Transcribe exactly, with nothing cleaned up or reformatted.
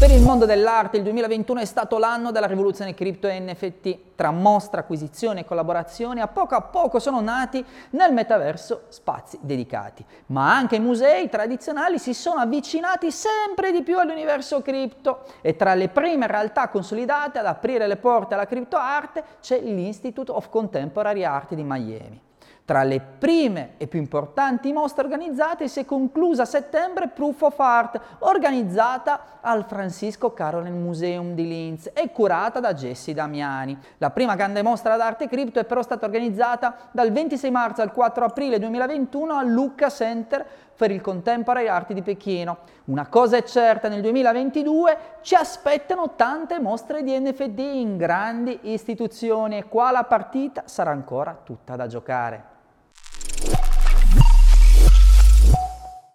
Per il mondo dell'arte il duemilaventuno è stato l'anno della rivoluzione cripto e N F T. Tra mostra, acquisizioni e collaborazioni, a poco a poco sono nati nel metaverso spazi dedicati. Ma anche i musei tradizionali si sono avvicinati sempre di più all'universo cripto e tra le prime realtà consolidate ad aprire le porte alla criptoarte c'è l'Institute of Contemporary Art di Miami. Tra le prime e più importanti mostre organizzate si è conclusa a settembre Proof of Art, organizzata al Francisco Caroline Museum di Linz e curata da Jesse Damiani. La prima grande mostra d'arte cripto è però stata organizzata dal ventisei marzo al quattro aprile duemilaventuno al Lucca Center per il Contemporary Art di Pechino. Una cosa è certa, nel duemilaventidue ci aspettano tante mostre di N F T in grandi istituzioni e qua la partita sarà ancora tutta da giocare.